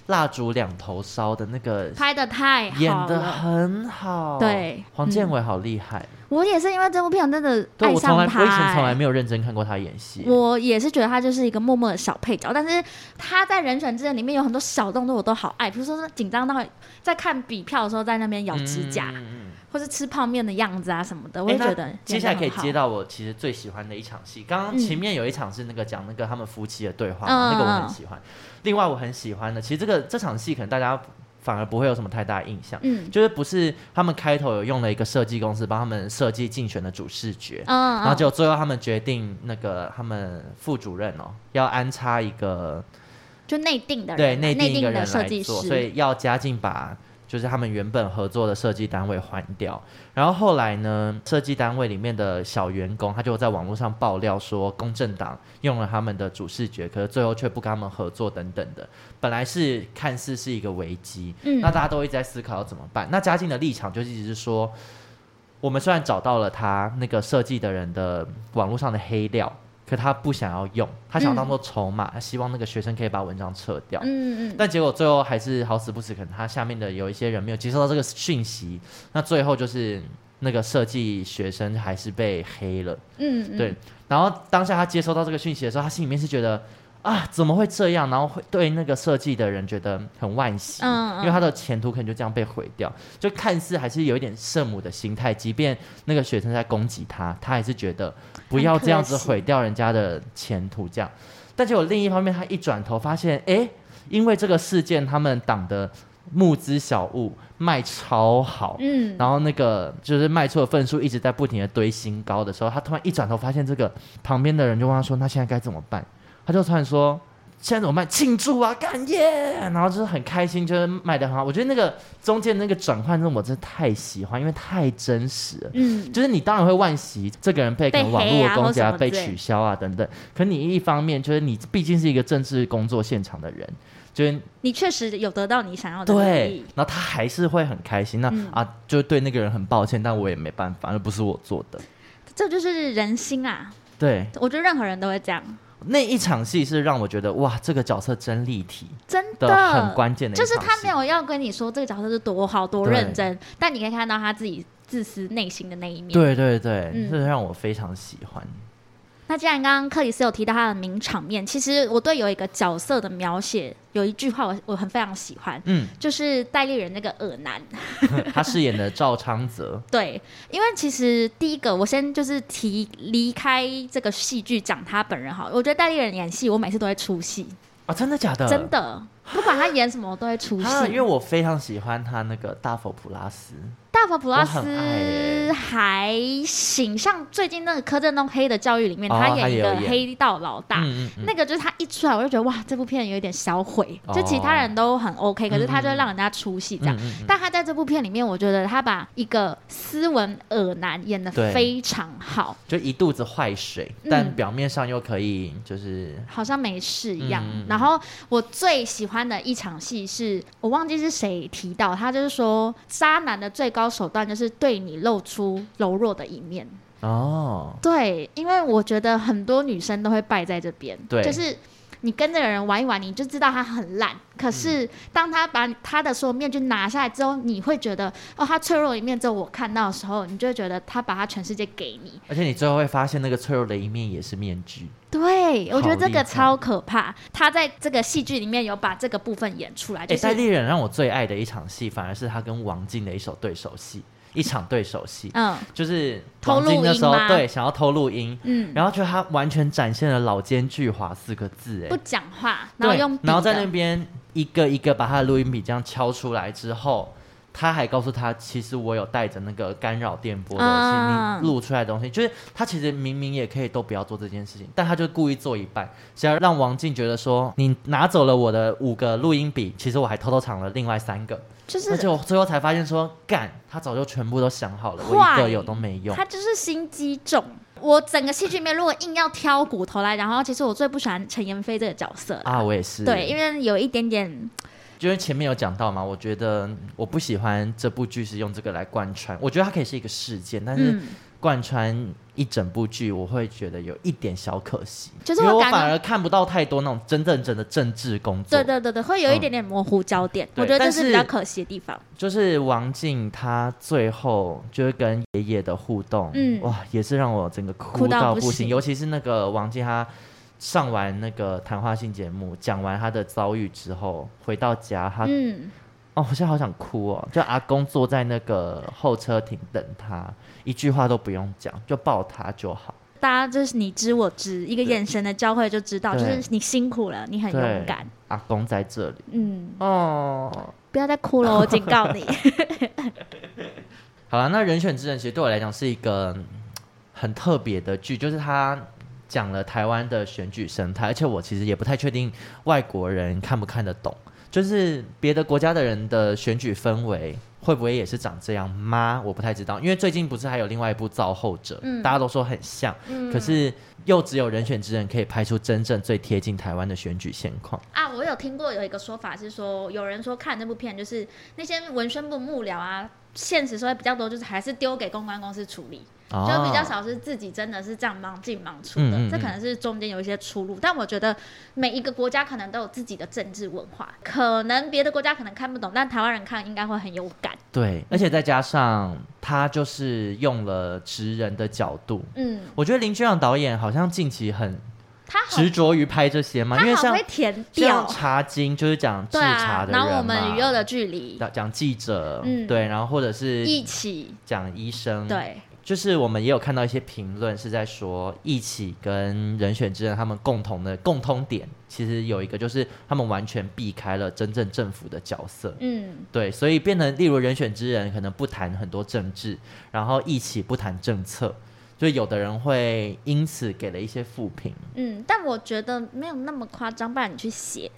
蜡烛两头烧的那个拍得太好了， 演得很好。 对， 黄建伟好厉害。 我也是因为这部片真的爱上他。 我以前从来没有认真看过他演戏。 我也是觉得他就是一个默默的小配角，但是他在《人选之人》里面有很多小动作我都好爱，比如说紧张到在看比票的时候在那边咬指甲，或是吃泡面的样子啊什么的，我会觉得接下来可以接到我其实最喜欢的一场戏。刚刚前面有一场是那个讲那个他们夫妻的对话嘛，那个我很喜欢。另外我很喜欢的，其实这场戏可能大家反而不会有什么太大印象，就是不是他们开头有用了一个设计公司帮他们设计竞选的主视觉，然后结果最后他们决定那个他们副主任要安插一个就内定的人， 对，内定一个人设计师， 所以要加进把就是他们原本合作的设计单位换掉。然后后来呢，设计单位里面的小员工他就在网络上爆料说公正党用了他们的主视觉，可是最后却不跟他们合作等等的，本来是看似是一个危机，那大家都一直在思考要怎么办。那嘉靖的立场就一直是说，我们虽然找到了他那个设计的人的网络上的黑料，可他不想要用，他想要当做筹码，希望那个学生可以把文章撤掉。但结果最后还是好死不死，可能他下面的有一些人没有接收到这个讯息，那最后就是那个设计学生还是被黑了。对。然后当下他接收到这个讯息的时候，他心里面是觉得啊，怎么会这样？然后会对那个设计的人觉得很惋惜，因为他的前途可能就这样被毁掉。就看似还是有一点圣母的心态，即便那个学生在攻击他，他还是觉得不要这样子毁掉人家的前途这样。但结果另一方面，他一转头发现，因为这个事件，他们党的募资小物卖超好，然后那个就是卖出的份数一直在不停的堆新高的时候，他突然一转头发现这个，旁边的人就问他说：“那现在该怎么办？”他就突然说：“现在怎么办？庆祝啊，干耶！”然后就是很开心，就是卖得很好。我觉得那个中间那个转换，我真的太喜欢，因为太真实了。就是你当然会惋惜这个人被可能网络的攻击啊、被取消啊等等。可你一方面就是你毕竟是一个政治工作现场的人，就是你确实有得到你想要的利益， 然后他还是会很开心。那就对那个人很抱歉，但我也没办法，那不是我做的。 这就是人心啊！对，我觉得任何人都会这样。 那一场戏是让我觉得哇，这个角色真立体， 真的很关键的一场戏。 就是他没有要跟你说这个角色是多好多认真，但你可以看到他自己自私内心的那一面。对对对，这让我非常喜欢。 那既然刚刚克里斯有提到他的名场面，其实我对有一个角色的描写有一句话我非常喜欢，就是戴立忍那个恶男他饰演的赵昌泽。 对，因为其实第一个我先就是离开这个戏剧讲他本人好了，我觉得戴立忍演戏我每次都会出戏啊，真的假的？ 真的，不管他演什么我都会出戏因为我非常喜欢他那个大佛普拉斯。 大佛普拉斯还行，像最近那个柯震东黑的教育里面，他演一个黑道老大，那个就是他一出来我就觉得哇，这部片有一点销毁，就其他人都很 OK，可是他就让人家出戏这样。但他在这部片里面，我觉得他把一个斯文恶男演得非常好， 就一肚子坏水，但表面上又可以就是好像没事一样。然后我最喜欢的一场戏是我忘记是谁提到，他就是说渣男的最高手段就是对你露出柔弱的一面。对，因为我觉得很多女生都会败在这边，就是你跟这个人玩一玩，你就知道他很烂，可是当他把他的所有面具拿下来之后，你会觉得他脆弱的一面只有我看到的时候，你就会觉得他把他全世界给你， 而且你最后会发现那个脆弱的一面也是面具。 对，我觉得这个超可怕，他在这个戏剧里面有把这个部分演出来。 戴立忍让我最爱的一场戏反而是他跟王静的一场对手戏，就是王静那时候想要偷录音，然后就他完全展现了老奸巨猾4个字， 不讲话，然后用笔的， 然后在那边一个一个把他的录音笔这样敲出来之后，他还告诉他，其实我有带着那个干扰电波的，你录出来的东西，就是他其实明明也可以都不要做这件事情，但他就故意做一半，想要让王静觉得说，你拿走了我的5个录音笔，其实我还偷偷藏了另外3个。而且我最后才发现说，他早就全部都想好了，我一个有都没用。 他就是心机重。我整个戏剧里面，如果硬要挑骨头来，然后其实我最不喜欢陈妍霏这个角色啊，我也是。 对，因为有一点点， 就是前面有讲到嘛，我觉得我不喜欢这部剧是用这个来贯穿，我觉得它可以是一个事件，但是贯穿一整部剧，我会觉得有一点小可惜， 就是因为我反而看不到太多那种真的政治工作。 对，会有一点点模糊焦点，我觉得这是比较可惜的地方。 就是王静她最后就是跟爷爷的互动，哇，也是让我整个哭到不行。尤其是那个王静她上完那个谈话性节目，讲完她的遭遇之后，回到家她我现在好想哭哦！就阿公坐在那个候车亭等他，一句话都不用讲，就抱他就好。 大家就是你知我知，一个眼神的交汇就知道，就是你辛苦了，你很勇敢。 阿公在这里， 不要再哭了，我警告你。 好了，那人选之人其实对我来讲是一个很特别的剧，就是他讲了台湾的选举生态，而且我其实也不太确定外国人看不看得懂。就是别的国家的人的选举氛围会不会也是长这样吗？我不太知道，因为最近不是还有另外一部《造后者》，大家都说很像，可是又只有人选之人可以拍出真正最贴近台湾的选举现况啊！我有听过有一个说法是说，有人说看这部片就是那些文宣部幕僚啊，现实说比较多，就是还是丢给公关公司处理。就比较少是自己真的是这样忙进忙出的，这可能是中间有一些出入。但我觉得每一个国家可能都有自己的政治文化，可能别的国家可能看不懂，但台湾人看应该会很有感。 对，而且再加上他就是用了职人的角度，我觉得林君阳导演好像近期很执着于拍这些嘛，因为像茶经就是讲制茶的人嘛， 然后我们与恶的距离讲记者，对，然后或者是一起讲医生， 对。 就是我们也有看到一些评论是在说一起跟人选之人他们共通点其实有一个就是他们完全避开了真正政府的角色，对，所以变成例如人选之人可能不谈很多政治，然后一起不谈政策，所以有的人会因此给了一些负评， 但我觉得没有那么夸张，不然你去写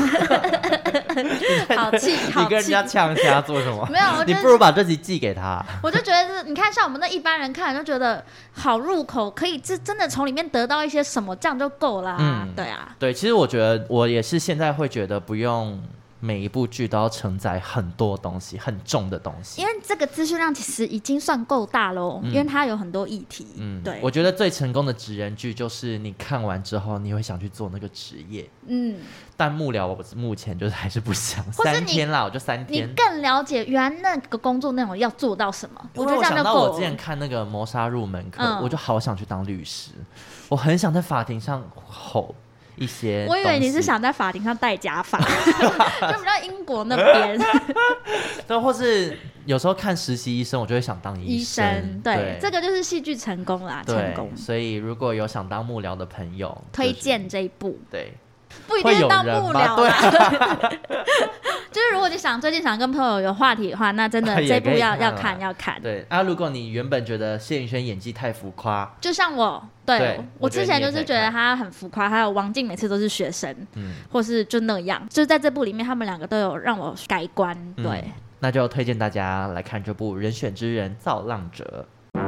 好气！ 你跟人家呛虾做什么？ 没有， 你不如把这集寄给他。 我就觉得，你看，像我们那一般人看就觉得好入口，可以真的从里面得到一些什么，这样就够了。对啊， 对，其实我觉得我也是现在会觉得不用每一部剧都要承载很多东西，很重的东西， 因为这个资讯量其实已经算够大咯，因为它有很多议题。对， 我觉得最成功的职人剧就是你看完之后，你会想去做那个职业。但幕僚我目前就是还是不想，3天啦，我就3天。 你更了解原来那个工作内容要做到什么， 我觉得这样就够了。我想到我之前看那个谋杀入门课，我就好想去当律师，我很想在法庭上吼一些。 我以为你是想在法庭上戴假发，就比较英国那边。 对，或是有时候看实习医生，我就会想当医生。 对，这个就是戏剧成功啦，成功。 所以如果有想当幕僚的朋友， 推荐这一部。 对。 不一定是当幕僚啦，就是如果你最近想跟朋友有话题的话，那真的这部要看。 对啊，如果你原本觉得谢盈萱演技太浮夸， 就像我之前就是觉得他很浮夸，还有王静每次都是学生，或是就那样，就是在这部里面他们两个都有让我改观。对， 那就推荐大家来看这部《人选之人造浪者》。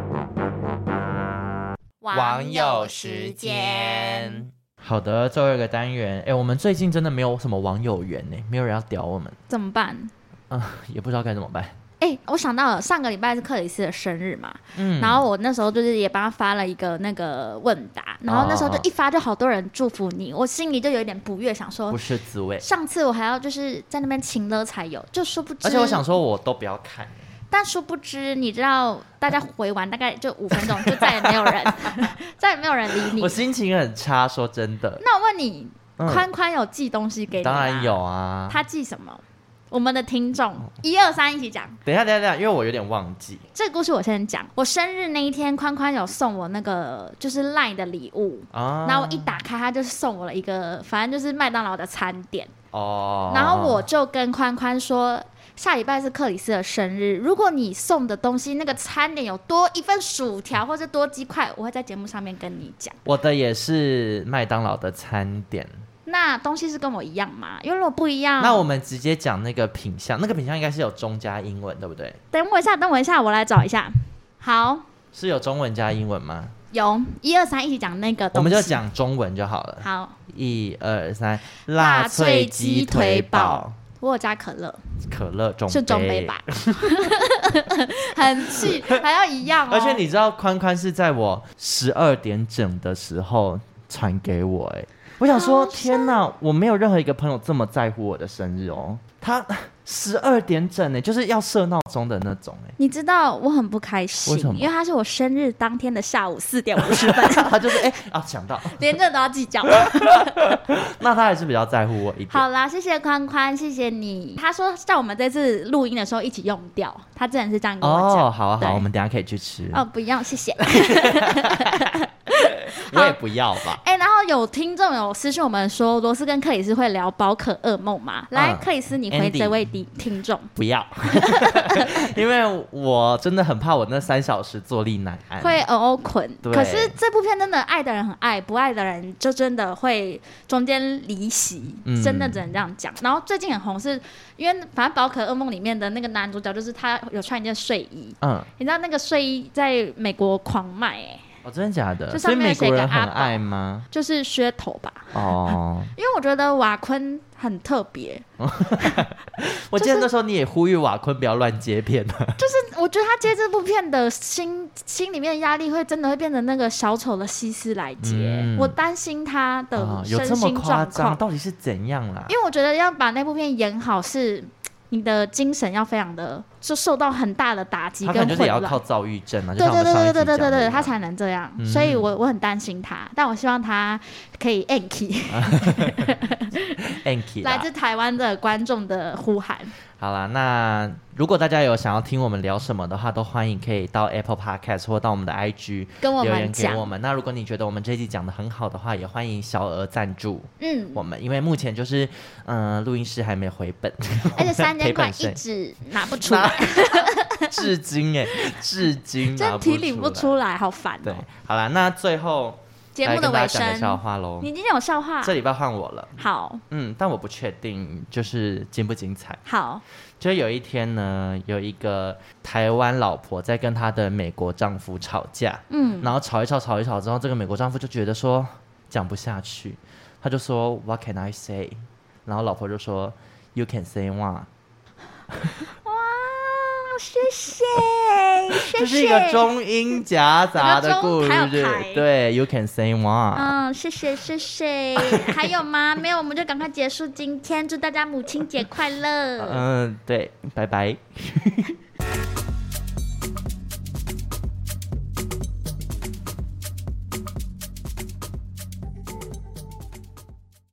网友时间。 好的，最后一个单元，我们最近真的没有什么网友缘呢，没有人要屌我们， 怎么办？ 也不知道该怎么办。 我想到了，上个礼拜是克里斯的生日嘛，然后我那时候就是也帮他发了一个那个问答，然后那时候就一发就好多人祝福你，我心里就有一点不悦，想说不是滋味。 上次我还要就是在那边情勒才有，就殊不知， 而且我想说我都不要看。 但殊不知，你知道，大家回完大概就5分钟，就再也没有人，再也没有人理你。 我心情很差，说真的。 那我问你，宽宽有寄东西给你吗？ 当然有啊。 他寄什么？我们的听众1、2、3一起讲。 等一下，因为我有点忘记。 这个故事我先讲。我生日那一天，宽宽有送我那个就是 LINE 的礼物，然后我一打开，他就送我了一个，反正就是麦当劳的餐点。然后我就跟宽宽说，下礼拜是克里斯的生日，如果你送的东西那个餐点有多一份薯条或者多鸡块，我会在节目上面跟你讲。 我的也是麦当劳的餐点。 那东西是跟我一样吗？因为如果不一样， 那我们直接讲那个品项，那个品项应该是有中加英文，对不对？ 等我一下，我来找一下。好， 是有中文加英文吗？ 有，1、2、3一起讲那个东西， 我们就讲中文就好了。 好， 1、2、3，辣脆鸡腿堡。 我有加可乐。 可乐中杯是中杯吧？很气，还要一样哦。 而且你知道宽宽是在我12点整的时候传给我，我想说天哪，我没有任何一个朋友这么在乎我的生日哦。他12点整就是要设闹钟的那种你知道我很不开心， 为什么？ 因为他是我生日当天的下午4点50分， 他就是想到连这都要计较。 那他还是比较在乎我一点。 好啦，谢谢宽宽，谢谢你。他说在我们这次录音的时候一起用掉，他之前是这样跟我讲。 好啊好，我们等一下可以去吃。 不要，谢谢。 我也不要吧。 然后有听众有私讯我们说，罗斯跟克里斯会聊宝可噩梦吗？来，克里斯，你回这位听众。 不要，因为我真的很怕我那3小时坐立难安， 会困。可是这部片真的爱的人很爱，不爱的人就真的会中间离席，真的只能这样讲。然后最近很红是因为反正宝可噩梦里面的那个男主角就是他有穿一件睡衣，你知道那个睡衣在美国狂卖真的假的？ 就上面所以美国人很爱吗？ 就是噱头吧。因为我觉得瓦昆很特别。 我记得那时候你也呼吁瓦昆不要乱接片就是我觉得他接这部片的心里面的压力会真的会变成那个小丑的希斯莱杰。我担心他的身心状况到底是怎样啦？ 因为我觉得要把那部片演好是你的精神要非常的就受到很大的打击跟混乱，他可能就是也要靠躁郁症对，他才能这样。所以我很担心他，但我希望他可以 Anki 来自台湾的观众的呼喊。 好啦，那如果大家有想要听我们聊什么的话，都欢迎可以到 Apple Podcast 或到我们的 IG 跟我们留言给我们。那如果你觉得我们这一集讲的很好的话，也欢迎小额赞助我们，因为目前就是录音室还没回本， 而且3000块一直拿不出来， 至今拿不出来， 理不出来，好烦对，好啦，那最后节目的尾声， 讲笑话咯。 你今天有笑话？ 这礼拜换我了。 好， 但我不确定就是精不精彩。 好， 就有一天呢，有一个台湾老婆在跟她的美国丈夫吵架，然后吵一吵之后，这个美国丈夫就觉得说讲不下去，他就说 What can I say？ 然后老婆就说 You can say what？ 谢谢， 这是一个中英夹杂的故事，对 ，You can say what？ 谢谢，还有吗？没有，我们就赶快结束今天，祝大家母亲节快乐。 对，拜拜。